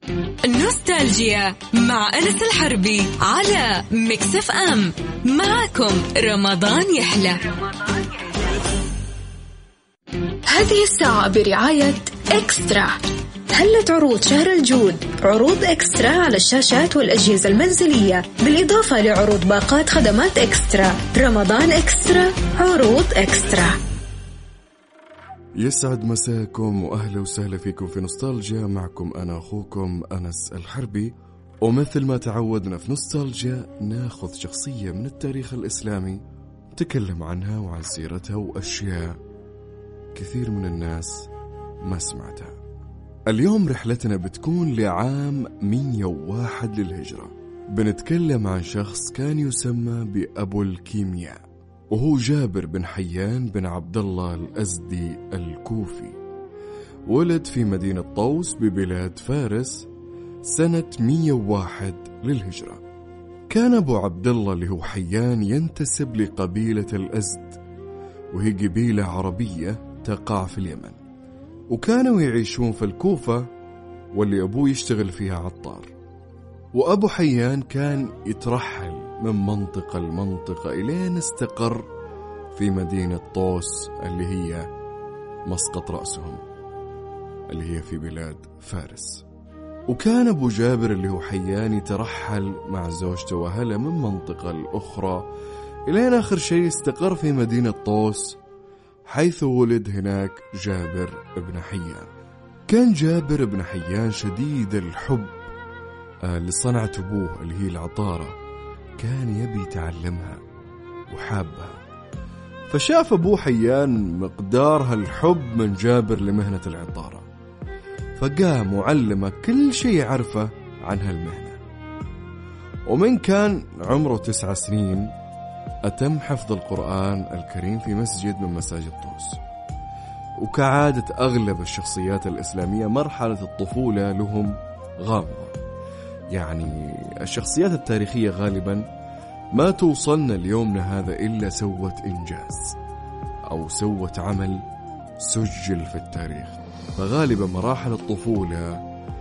نوستالجيا مع أنس الحربي على ميكس اف ام. معكم رمضان يحلى. هذه الساعة برعاية إكسترا. هلت عروض شهر الجود، عروض إكسترا على الشاشات والأجهزة المنزلية، بالإضافة لعروض باقات خدمات إكسترا. رمضان إكسترا، عروض إكسترا. يسعد مساكم وأهلا وسهلا فيكم في نوستالجيا. معكم أنا أخوكم أنس الحربي، ومثل ما تعودنا في نوستالجيا ناخذ شخصية من التاريخ الإسلامي نتكلم عنها وعن سيرتها وأشياء كثير من الناس ما سمعتها. اليوم رحلتنا بتكون لعام 101 للهجرة. بنتكلم عن شخص كان يسمى بأبو الكيمياء، وهو جابر بن حيان بن عبد الله الأزدي الكوفي. ولد في مدينة طوس ببلاد فارس سنة 101 للهجرة. كان أبو عبد الله اللي هو حيان ينتسب لقبيلة الأزد، وهي قبيلة عربية تقع في اليمن، وكانوا يعيشون في الكوفة واللي أبوه يشتغل فيها عطار. وأبو حيان كان يترحل من منطقة لمنطقة إلين استقر في مدينة طوس اللي هي مسقط رأسهم اللي هي في بلاد فارس. وكان أبو جابر اللي هو حيان يترحل مع زوجته وأهله من منطقة لأخرى إلين آخر شيء استقر في مدينة طوس، حيث ولد هناك جابر بن حيان. كان جابر بن حيان شديد الحب لصنعة أبوه اللي هي العطارة، كان يبي يتعلمها وحابها. فشاف أبو حيان مقدار هالحب من جابر لمهنة العطارة، فقام وعلمه كل شيء يعرفه عن هالمهنة. ومن كان عمره 9 سنين أتم حفظ القرآن الكريم في مسجد من مساجد طوس. وكعادة أغلب الشخصيات الإسلامية مرحلة الطفولة لهم غامضة، يعني الشخصيات التاريخية غالبا ما توصلنا ليومنا هذا إلا سوت إنجاز أو سوت عمل سجل في التاريخ. فغالبا مراحل الطفولة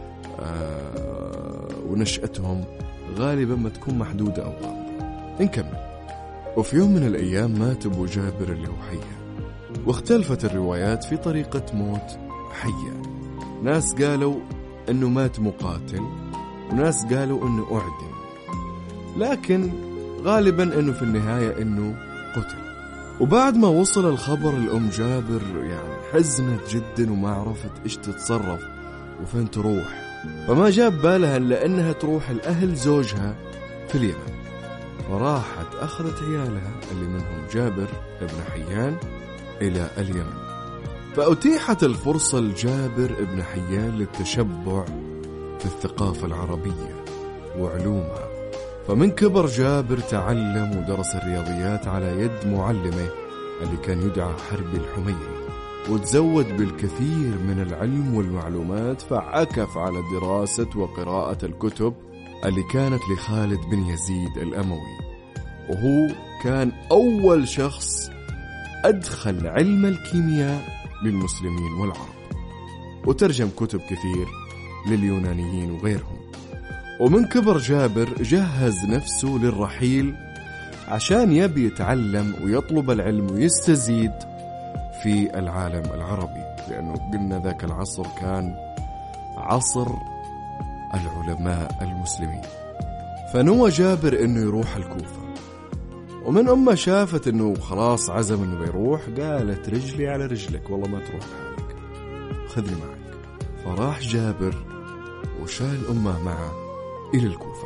ونشأتهم غالبا ما تكون محدودة أو غامضة. نكمل. وفي يوم من الأيام مات أبو جابر اللي هو حيان، واختلفت الروايات في طريقة موت حيان. ناس قالوا أنه مات مقاتل، وناس قالوا أنه أعدم، لكن غالبا أنه في النهاية أنه قتل. وبعد ما وصل الخبر الأم جابر يعني حزنت جدا وما عرفت إيش تتصرف وفين تروح، فما جاب بالها إلا أنها تروح الأهل زوجها في اليمن. فراحت أخذت عيالها اللي منهم جابر ابن حيان إلى اليمن. فأتيحت الفرصة لجابر ابن حيان للتشبع في الثقافة العربية وعلومها. فمن كبر جابر تعلم ودرس الرياضيات على يد معلمه اللي كان يدعى حربي الحميري، وتزود بالكثير من العلم والمعلومات. فعكف على دراسة وقراءة الكتب اللي كانت لخالد بن يزيد الأموي، وهو كان أول شخص أدخل علم الكيمياء للمسلمين والعرب، وترجم كتب كثير لليونانيين وغيرهم. ومن كبر جابر جهز نفسه للرحيل عشان يبي يتعلم ويطلب العلم ويستزيد في العالم العربي، لأنه قلنا ذاك العصر كان عصر العلماء المسلمين. فنوى جابر انه يروح الكوفة، ومن أمه شافت انه خلاص عزم انه بيروح، قالت رجلي على رجلك، والله ما تروح لحالك، خذني معك. فراح جابر وشال أمه معه إلى الكوفة.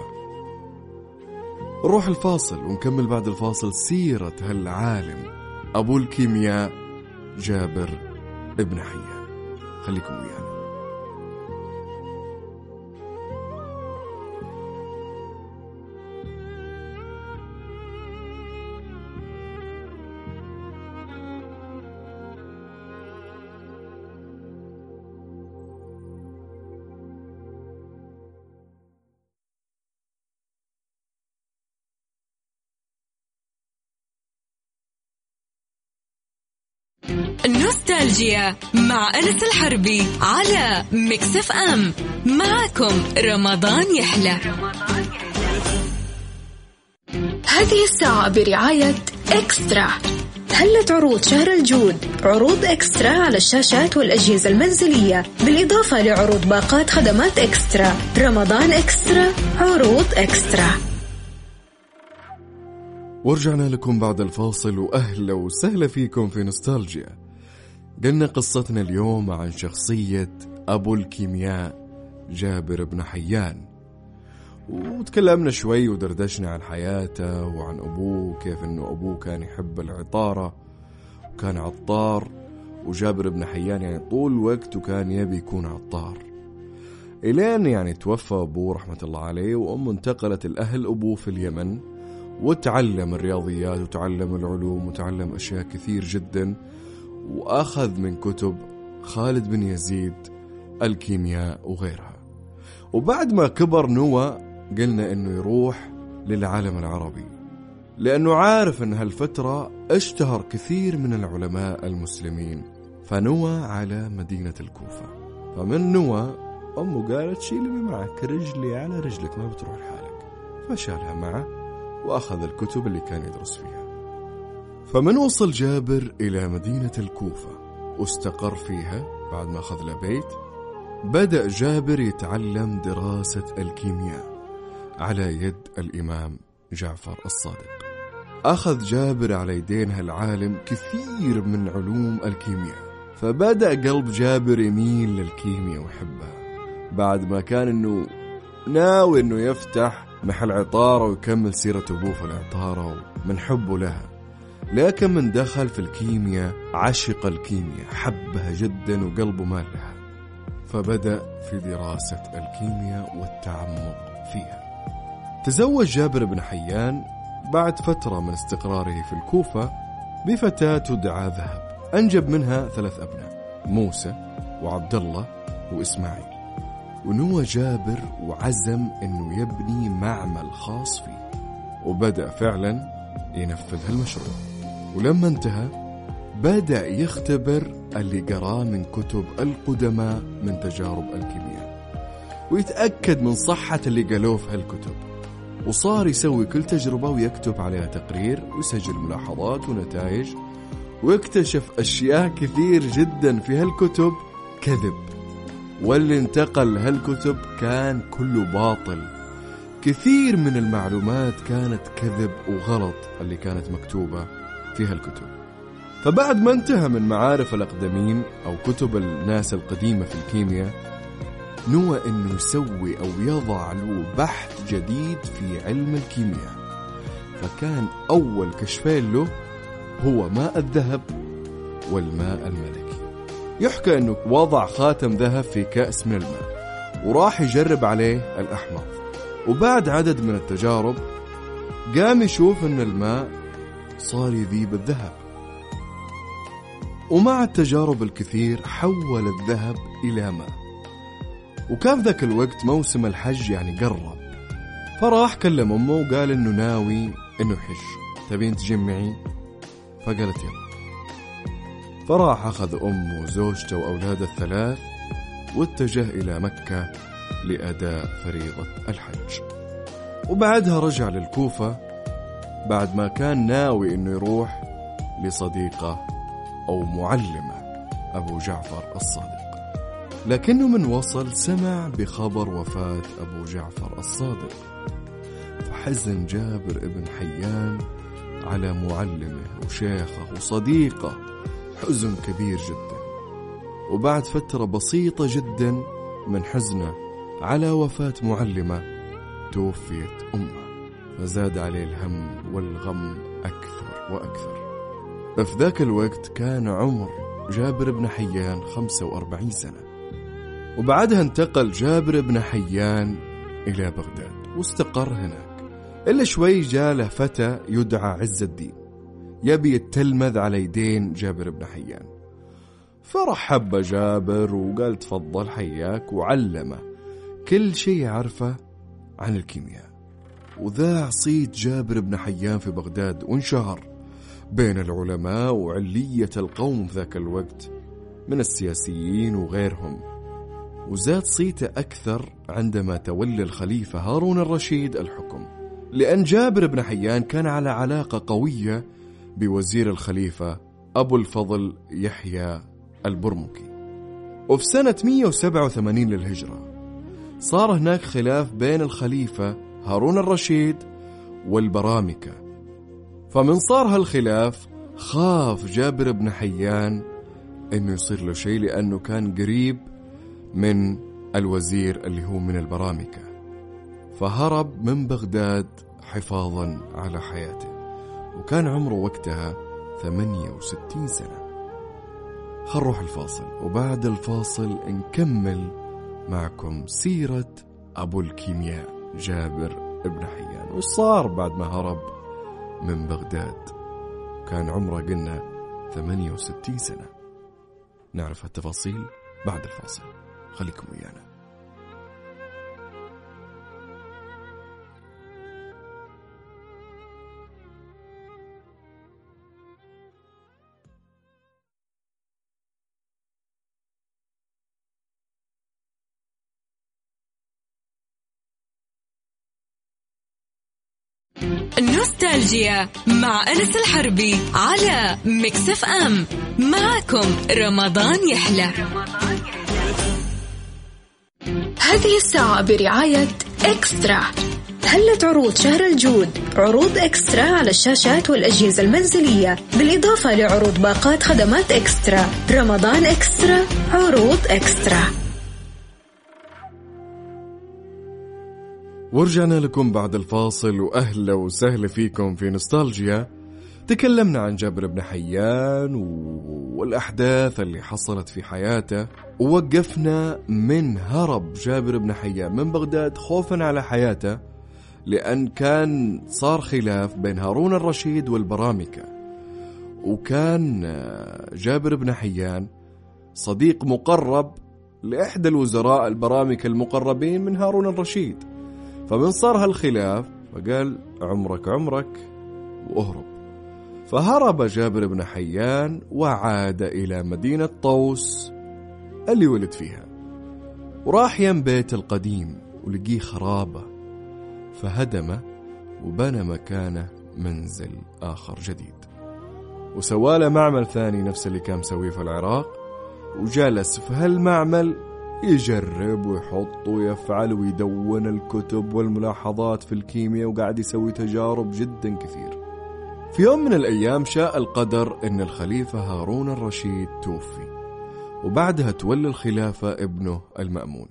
نروح الفاصل ونكمل بعد الفاصل سيرة هالعالم أبو الكيمياء جابر ابن حيان. خليكم ويانا. نوستالجيا مع أنس الحربي على ميكس اف ام. معكم رمضان يحلى. هذه الساعة برعاية إكسترا. هلت عروض شهر الجود، عروض إكسترا على الشاشات والأجهزة المنزلية، بالإضافة لعروض باقات خدمات إكسترا. رمضان إكسترا، عروض إكسترا. ورجعنا لكم بعد الفاصل، وأهلا وسهلا فيكم في نوستالجيا. قلنا قصتنا اليوم عن شخصية أبو الكيمياء جابر بن حيان، وتكلمنا شوي ودردشنا عن حياته وعن أبوه، كيف أنه أبوه كان يحب العطارة وكان عطار، وجابر بن حيان يعني طول الوقت وكان يبي يكون عطار، إلين يعني توفى أبوه رحمة الله عليه، وأمه انتقلت الأهل أبوه في اليمن، وتعلم الرياضيات وتعلم العلوم وتعلم أشياء كثير جدا، وأخذ من كتب خالد بن يزيد الكيمياء وغيرها. وبعد ما كبر نوى قلنا إنه يروح للعالم العربي، لأنه عارف إن هالفترة اشتهر كثير من العلماء المسلمين، فنوى على مدينة الكوفة. فمن نوى أمه قالت شيلي معك، رجلي على رجلك ما بتروح لحالك، فشالها معه وأخذ الكتب اللي كان يدرس فيها. فمن وصل جابر إلى مدينة الكوفة واستقر فيها بعد ما أخذ له بيت، بدأ جابر يتعلم دراسة الكيمياء على يد الإمام جعفر الصادق. أخذ جابر على يدين هالعالم كثير من علوم الكيمياء، فبدأ قلب جابر يميل للكيمياء ويحبها، بعد ما كان إنه ناوي إنه يفتح محل عطارة ويكمل سيرة أبوه في العطارة من حبه لها، لكن من دخل في الكيمياء عشق الكيمياء، حبها جدا وقلبه مال لها، فبدأ في دراسة الكيمياء والتعمق فيها. تزوج جابر بن حيان بعد فترة من استقراره في الكوفة بفتاة تدعى ذهب، أنجب منها 3 أبناء، موسى وعبد الله وإسماعيل. ونوى جابر وعزم أنه يبني معمل خاص فيه، وبدأ فعلا ينفذ هالمشروع. ولما انتهى بدأ يختبر اللي قراه من كتب القدماء من تجارب الكيمياء، ويتأكد من صحة اللي قالوه في هالكتب، وصار يسوي كل تجربة ويكتب عليها تقرير ويسجل ملاحظات ونتائج، واكتشف أشياء كثير جدا في هالكتب كذب، واللي انتقل هالكتب كان كله باطل. كثير من المعلومات كانت كذب وغلط اللي كانت مكتوبة في هالكتب. فبعد ما انتهى من معارف الأقدمين أو كتب الناس القديمة في الكيمياء، نوى أنه يسوي أو يضع له بحث جديد في علم الكيمياء. فكان أول كشفين له هو ماء الذهب والماء الملكي. يحكى أنه وضع خاتم ذهب في كأس من الماء وراح يجرب عليه الأحمر، وبعد عدد من التجارب قام يشوف أن الماء صار يذيب الذهب، ومع التجارب الكثير حول الذهب إلى ماء. وكان ذاك الوقت موسم الحج يعني قرب، فراح كلم أمه وقال إنه ناوي إنه يحج، تبين تجين معي؟ فقالت يلا. فراح أخذ أمه وزوجته وأولاده 3 واتجه إلى مكة لأداء فريضة الحج. وبعدها رجع للكوفة بعد ما كان ناوي إنه يروح لصديقه أو معلمه أبو جعفر الصادق، لكنه من وصل سمع بخبر وفاة أبو جعفر الصادق، فحزن جابر ابن حيان على معلمه وشيخه وصديقه حزن كبير جدا. وبعد فترة بسيطة جدا من حزنه على وفاة معلمه توفيت أمه، فزاد عليه الهم والغم أكثر وأكثر. في ذاك الوقت كان عمر جابر بن حيان 45 سنة. وبعدها انتقل جابر بن حيان إلى بغداد واستقر هناك. إلا شوي جاله فتى يدعى عز الدين يبي يتلمذ على يدين جابر بن حيان، فرحب جابر وقال تفضل حياك، وعلمه كل شيء يعرفه عن الكيمياء. وذاع صيت جابر بن حيان في بغداد وانشهر، بين العلماء وعلية القوم في ذاك الوقت من السياسيين وغيرهم، وزاد صيته أكثر عندما تولى الخليفة هارون الرشيد الحكم، لأن جابر بن حيان كان على علاقة قوية بوزير الخليفة أبو الفضل يحيى البرمكي. وفي سنة 187 للهجرة صار هناك خلاف بين الخليفة هارون الرشيد والبرامكة، فمن صار هالخلاف خاف جابر بن حيان إنه يصير له شيء، لأنه كان قريب من الوزير اللي هو من البرامكة، فهرب من بغداد حفاظا على حياته، وكان عمره وقتها 68 سنة. خل نروح الفاصل، وبعد الفاصل نكمل معكم سيرة أبو الكيمياء جابر بن حيان، وصار بعد ما هرب من بغداد كان عمره قلنا 68 سنة. نعرف التفاصيل بعد الفاصل، خليكم ويانا. نوستالجيا مع أنس الحربي على ميكس اف ام. معكم رمضان يحلى. هذه الساعة برعاية إكسترا. هلت عروض شهر الجود، عروض إكسترا على الشاشات والأجهزة المنزلية، بالإضافة لعروض باقات خدمات إكسترا. رمضان إكسترا، عروض إكسترا. ورجعنا لكم بعد الفاصل، وأهلا وسهلا فيكم في نوستالجيا. تكلمنا عن جابر بن حيان والأحداث اللي حصلت في حياته، ووقفنا من هرب جابر بن حيان من بغداد خوفا على حياته، لأن كان صار خلاف بين هارون الرشيد والبرامكة، وكان جابر بن حيان صديق مقرب لإحدى الوزراء البرامكة المقربين من هارون الرشيد، فمن صار هالخلاف فقال عمرك وأهرب. فهرب جابر بن حيان وعاد إلى مدينة طوس اللي ولد فيها، وراح يم بيت القديم ولقيه خرابة، فهدمه وبنى مكانه منزل آخر جديد، وسواله معمل ثاني نفس اللي كان مسويه في العراق، وجلس في هالمعمل يجرب ويحط ويفعل ويدون الكتب والملاحظات في الكيمياء، وقاعد يسوي تجارب جدا كثير. في يوم من الأيام شاء القدر أن الخليفة هارون الرشيد توفي، وبعدها تولى الخلافة ابنه المأمون.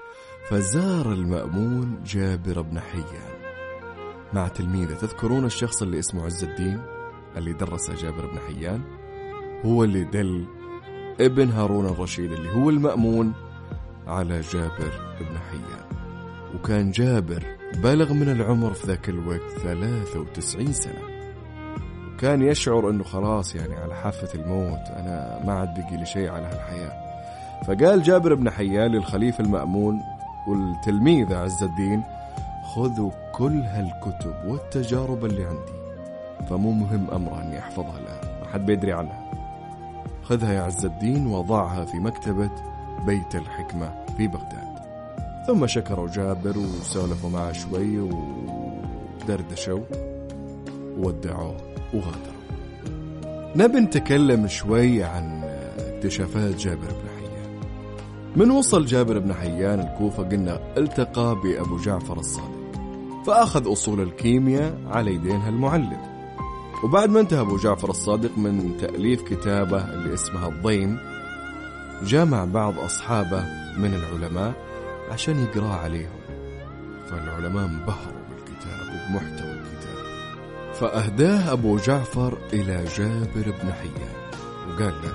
فزار المأمون جابر بن حيان مع تلميذه. تذكرون الشخص اللي اسمه عز الدين اللي درس جابر بن حيان؟ هو اللي دل ابن هارون الرشيد اللي هو المأمون على جابر بن حيان. وكان جابر بلغ من العمر في ذاك الوقت 93 سنة، وكان يشعر أنه خلاص يعني على حافة الموت، أنا ما عاد بقي لي شيء على هالحياة. فقال جابر بن حيان للخليفة المأمون والتلميذ عز الدين: خذوا كل هالكتب والتجارب اللي عندي، فمو مهم أمرها أني أحفظها الآن، ما حد بيدري عنها. خذها يا عز الدين وضعها في مكتبة بيت الحكمة في بغداد. ثم شكروا جابر وسولفوا معه شوي ودردشوا وودعوه وغادروا. نبي نتكلم شوي عن اكتشافات جابر بن حيان. من وصل جابر بن حيان الكوفة قلنا التقى بأبو جعفر الصادق، فأخذ أصول الكيمياء على يدين المعلم. وبعد ما انتهى أبو جعفر الصادق من تأليف كتابه اللي اسمها الضيم، جمع بعض أصحابه من العلماء عشان يقرأ عليهم، فالعلماء انبهروا بالكتاب وبمحتوى الكتاب، فأهداه أبو جعفر إلى جابر بن حيان وقال له: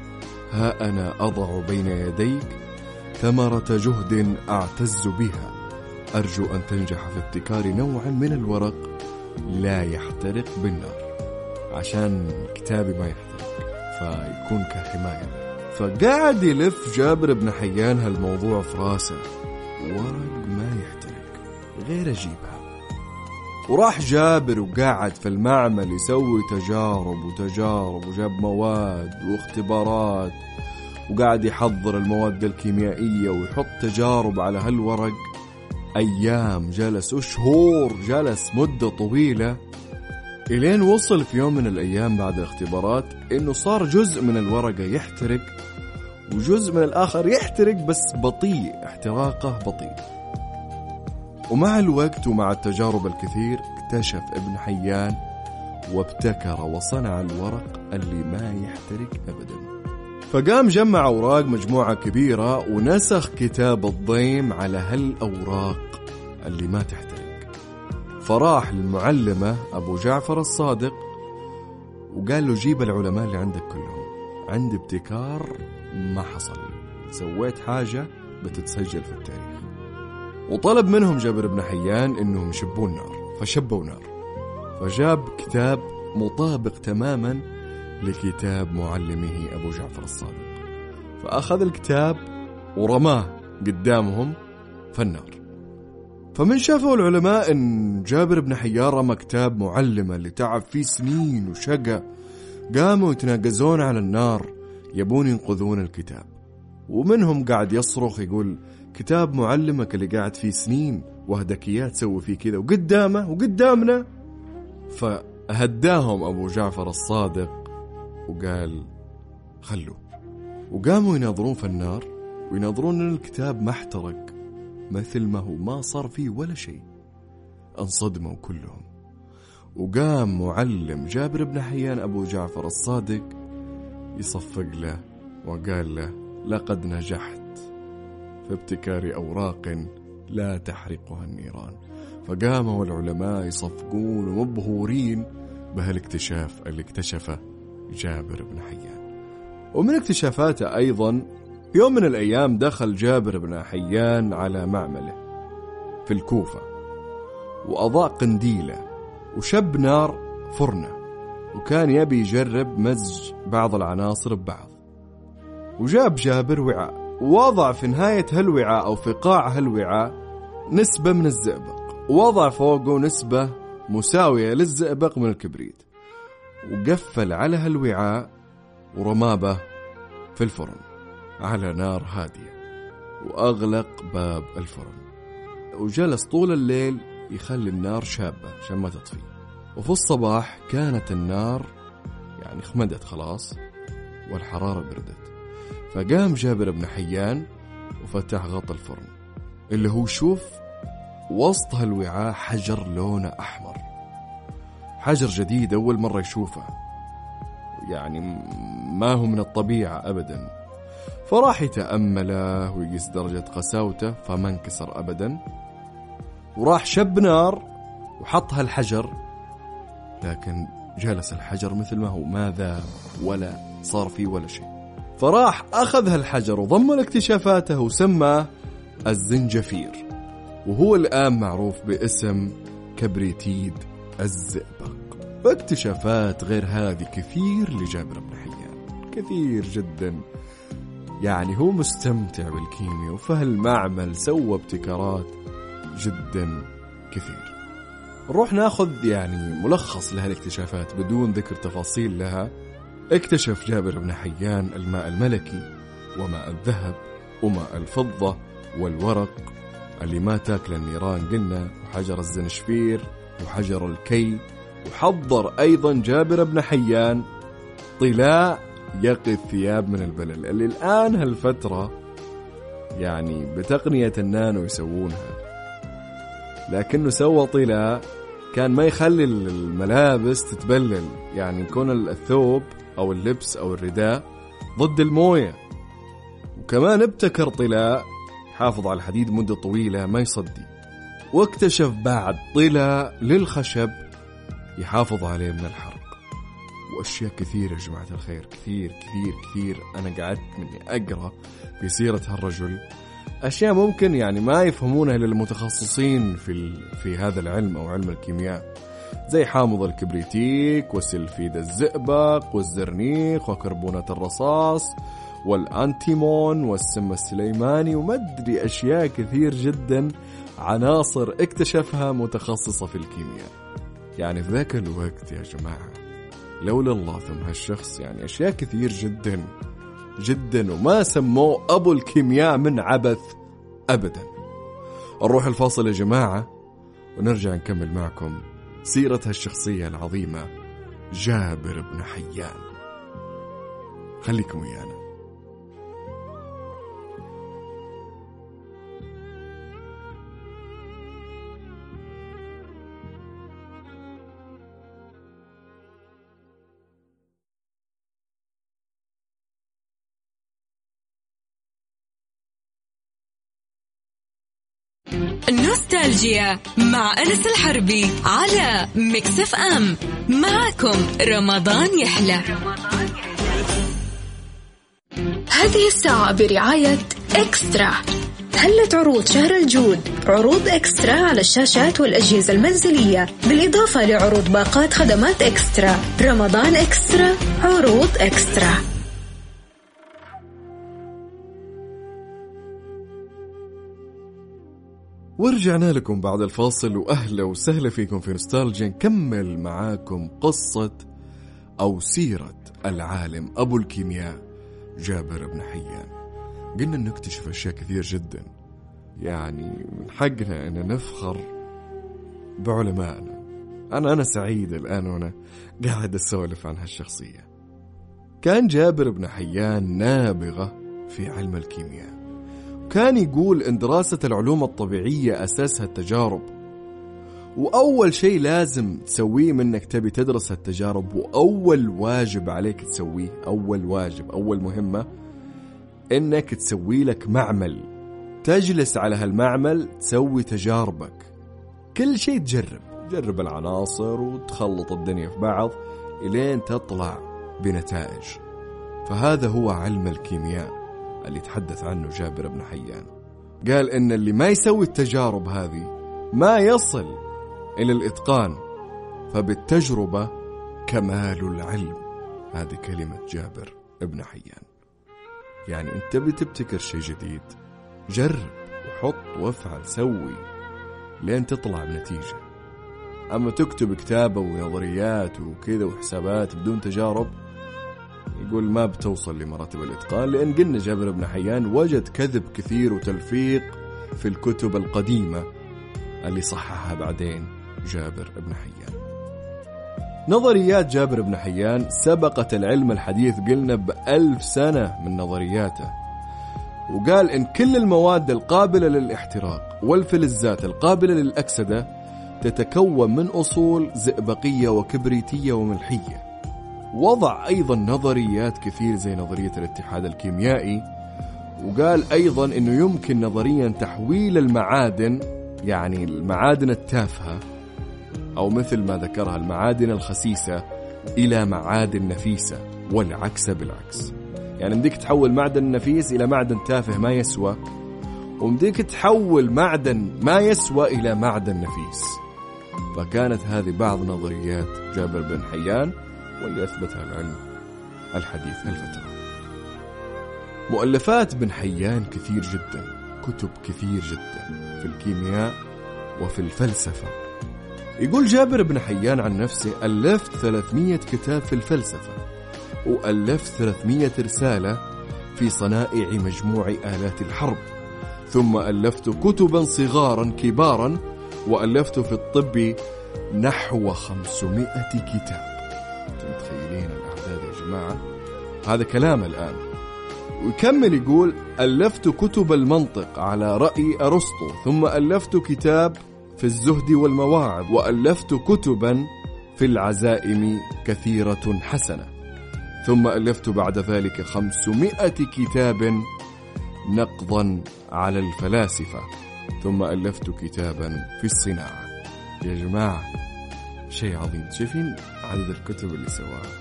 ها أنا أضع بين يديك ثمرة جهد أعتز بها، أرجو أن تنجح في ابتكار نوع من الورق لا يحترق بالنار، عشان كتابي ما يحترق فيكون كحماية. فقاعد يلف جابر بن حيان هالموضوع في راسه، ورق ما يحترق غير أجيبها. وراح جابر وقاعد في المعمل يسوي تجارب وجاب مواد واختبارات، وقاعد يحضر المواد الكيميائية ويحط تجارب على هالورق. أيام جلس وشهور، جلس مدة طويلة، إلين وصل في يوم من الأيام بعد الاختبارات إنه صار جزء من الورقة يحترق وجزء من الآخر يحترق بس بطيء، احتراقه بطيء. ومع الوقت ومع التجارب الكثير اكتشف ابن حيان وابتكر وصنع الورق اللي ما يحترق أبدا. فقام جمع أوراق مجموعة كبيرة ونسخ كتاب الضيم على هالأوراق اللي ما تحترق. فراح للمعلمة أبو جعفر الصادق وقال له جيب العلماء اللي عندك كلهم، عندي ابتكار ما حصل، سويت حاجة بتتسجل في التاريخ. وطلب منهم جابر بن حيان إنهم يشبون نار، فشبوا نار، فجاب كتاب مطابق تماما لكتاب معلمه أبو جعفر الصادق، فأخذ الكتاب ورماه قدامهم في النار. فمن شافوا العلماء إن جابر بن حيان رمى كتاب معلمه اللي تعب فيه سنين وشقى، قاموا يتناقزون على النار يبون ينقذون الكتاب. ومنهم قاعد يصرخ يقول كتاب معلمك اللي قاعد فيه سنين وهدكيات سوي فيه كذا وقدامه وقدامنا. فهداهم أبو جعفر الصادق وقال خلوا، وقاموا يناظرون في النار ويناظرون ان الكتاب ما احترق مثل ما هو، ما صار فيه ولا شيء. انصدموا كلهم. وقام معلم جابر بن حيان أبو جعفر الصادق يصفق له وقال له لقد نجحت في ابتكار أوراق لا تحرقها النيران. فقاموا العلماء يصفقون ومبهورين بهالاكتشاف اللي اكتشفه جابر بن حيان. ومن اكتشافاته أيضا يوم من الأيام دخل جابر بن حيان على معمله في الكوفة وأضاء قنديله وشب نار فرنه، وكان يبي يجرب مزج بعض العناصر ببعض. وجاب جابر وعاء ووضع في نهاية هالوعاء أو في قاع هالوعاء نسبة من الزئبق، ووضع فوقه نسبة مساوية للزئبق من الكبريت، وقفل على هالوعاء ورماه به في الفرن على نار هادية، وأغلق باب الفرن، وجلس طول الليل يخلي النار شابة عشان ما تطفي. وفي الصباح كانت النار يعني خمدت خلاص والحرارة بردت. فقام جابر بن حيان وفتح غطى الفرن اللي هو شوف وسط هالوعاء حجر لونه أحمر، حجر جديد أول مرة يشوفه، يعني ما هو من الطبيعة أبدا. فراح يتأمله ويقيس درجة قساوته فما انكسر أبدا، وراح شب نار وحط هالحجر، لكن جلس الحجر مثل ما هو، ما ذاب ولا صار فيه ولا شيء. فراح أخذ هالحجر وضم لاكتشافاته وسماه الزنجفير، وهو الآن معروف باسم كبريتيد الزئبق. واكتشافات غير هذه كثير لجابر بن حيان، كثير جدا، يعني هو مستمتع بالكيمياء وفي هالمعمل سوى ابتكارات جدا كثير. نروح ناخذ يعني ملخص لهالاكتشافات بدون ذكر تفاصيل لها. اكتشف جابر بن حيان الماء الملكي وماء الذهب وماء الفضة والورق اللي ما تاكل النيران قلنا، وحجر الزنشفير وحجر الكي. وحضر أيضا جابر بن حيان طلاء يقي الثياب من البلل اللي الآن هالفترة يعني بتقنية النانو يسوونها، لكنه سوى طلاء كان ما يخلي الملابس تتبلل، يعني يكون الثوب أو اللبس أو الرداء ضد الموية. وكمان ابتكر طلاء حافظ على الحديد مدة طويلة ما يصدي. واكتشف بعد طلاء للخشب يحافظ عليه من الحرق. وأشياء كثيرة يا جماعة الخير، كثير كثير كثير. أنا قعدت مني أقرأ في سيرة هالرجل أشياء ممكن يعني ما يفهمونها للمتخصصين في هذا العلم أو علم الكيمياء، زي حامض الكبريتيك وسلفيد الزئبق والزرنيخ وكربونات الرصاص والأنتيمون والسم السليماني ومدري أشياء كثير جدا عناصر اكتشفها متخصصة في الكيمياء. يعني في ذاك الوقت يا جماعة لولا الله ثم هالشخص يعني أشياء كثير جدا جدا وما سموه أبو الكيمياء من عبث أبدا. نروح الفاصل يا جماعة ونرجع نكمل معكم سيرة هالشخصية العظيمة جابر بن حيان. خليكم ويانا. نوستالجيا مع أنس الحربي على ميكس اف ام. معكم رمضان يحلى. هذه الساعة برعاية إكسترا. هلت عروض شهر الجود، عروض إكسترا على الشاشات والأجهزة المنزلية، بالإضافة لعروض باقات خدمات إكسترا. رمضان إكسترا، عروض إكسترا. ورجعنا لكم بعد الفاصل وأهلا وسهلا فيكم في نوستالجيا. نكمل معاكم قصة أو سيرة العالم أبو الكيمياء جابر بن حيان. قلنا نكتشف أشياء كثير جدا، يعني من حقنا أن نفخر بعلمائنا. أنا سعيد الآن وأنا قاعد أسولف عن هالشخصية. كان جابر بن حيان نابغة في علم الكيمياء، كان يقول إن دراسة العلوم الطبيعية أساسها التجارب، وأول شيء لازم تسويه منك تبي تدرس التجارب، وأول واجب عليك تسويه، أول واجب أول مهمة إنك تسوي لك معمل، تجلس على هالمعمل تسوي تجاربك. كل شيء تجرب العناصر وتخلط الدنيا في بعض إلين تطلع بنتائج. فهذا هو علم الكيمياء اللي تحدث عنه جابر بن حيان. قال إن اللي ما يسوي التجارب هذه ما يصل إلى الإتقان، فبالتجربة كمال العلم. هذه كلمة جابر بن حيان. يعني أنت بتبتكر شيء جديد، جرب وحط وافعل سوي لين تطلع بنتيجة. أما تكتب كتابة ونظريات وكذا وحسابات بدون تجارب، يقول ما بتوصل لمراتب الإتقان. لأن قلنا جابر بن حيان وجد كذب كثير وتلفيق في الكتب القديمة اللي صححها بعدين جابر بن حيان. نظريات جابر بن حيان سبقت العلم الحديث قلنا ب1000 سنة من نظرياته. وقال إن كل المواد القابلة للاحتراق والفلزات القابلة للأكسدة تتكون من أصول زئبقية وكبريتية وملحية. وضع أيضا نظريات كثير زي نظرية الاتحاد الكيميائي. وقال أيضا أنه يمكن نظريا تحويل المعادن، يعني المعادن التافهة أو مثل ما ذكرها المعادن الخسيسة، إلى معادن نفيسة، والعكس بالعكس. يعني مديك تحول معدن نفيس إلى معدن تافه ما يسوى، ومديك تحول معدن ما يسوى إلى معدن نفيس. فكانت هذه بعض نظريات جابر بن حيان واللي أثبتها العلم الحديث هالفترة. مؤلفات بن حيان كثير جدا، كتب كثير جدا في الكيمياء وفي الفلسفة. يقول جابر بن حيان عن نفسه: ألفت 300 كتاب في الفلسفة، وألفت 300 رسالة في صنائع مجموع آلات الحرب، ثم ألفت كتبا صغارا كبارا، وألفت في الطب نحو 500 كتاب. متخيلين الأعداد يا جماعة؟ هذا كلام الآن. ويكمل يقول: ألفت كتب المنطق على رأي أرسطو، ثم ألفت كتاب في الزهد والمواعظ، وألفت كتبا في العزائم كثيرة حسنة، ثم ألفت بعد ذلك 500 كتاب نقضا على الفلاسفة، ثم ألفت كتابا في الصناعة. يا جماعة شيء عظيم. شايفين عدد الكتب اللي سواها؟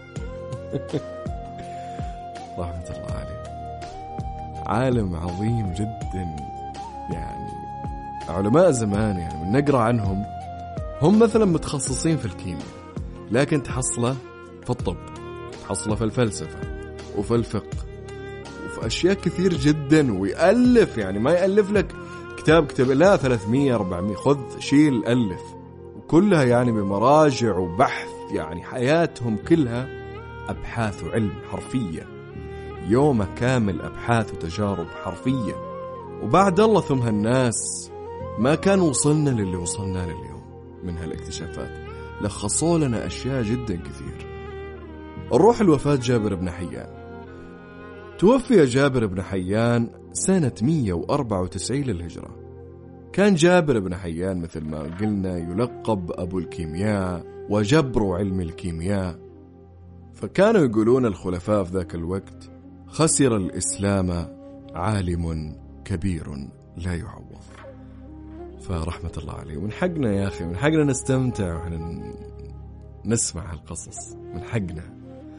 رحمة الله عليه. عالم عظيم جدا. يعني علماء زمان يعني من نقرأ عنهم، هم مثلا متخصصين في الكيمياء، لكن تحصله في الطب، تحصله في الفلسفة وفي الفقه وفي أشياء كثير جدا. ويألف، يعني ما يألف لك كتاب لا 300 400، خذ شيل ألف، وكلها يعني بمراجع وبحث، يعني حياتهم كلها أبحاث وعلم حرفية، يومه كامل أبحاث وتجارب حرفية. وبعد الله ثم هالناس ما كان وصلنا للي وصلنا لليوم من هالاكتشافات، لخصوا لنا أشياء جدا كثير. نروح الوفاة جابر بن حيان. توفي جابر بن حيان سنة 194 للهجرة. كان جابر بن حيان مثل ما قلنا يلقب أبو الكيمياء وجبر علم الكيمياء، فكانوا يقولون الخلفاء في ذاك الوقت: خسر الإسلام عالم كبير لا يعوض. فرحمة الله عليه. من حقنا يا أخي، من حقنا نستمتع وحنا نسمع هالقصص، من حقنا.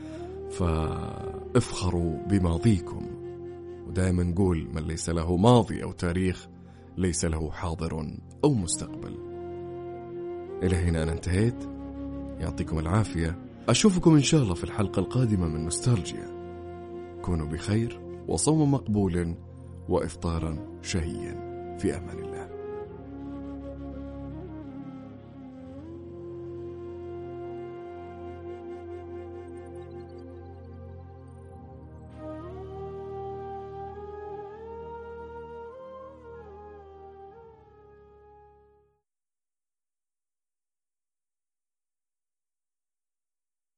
فافخروا بماضيكم، ودائما نقول: من ليس له ماضي أو تاريخ ليس له حاضر أو مستقبل. إلى هنا أنا انتهيت، يعطيكم العافية. أشوفكم إن شاء الله في الحلقة القادمة من نوستالجيا. كونوا بخير وصوم مقبول وإفطارا شهيا، في أمان الله.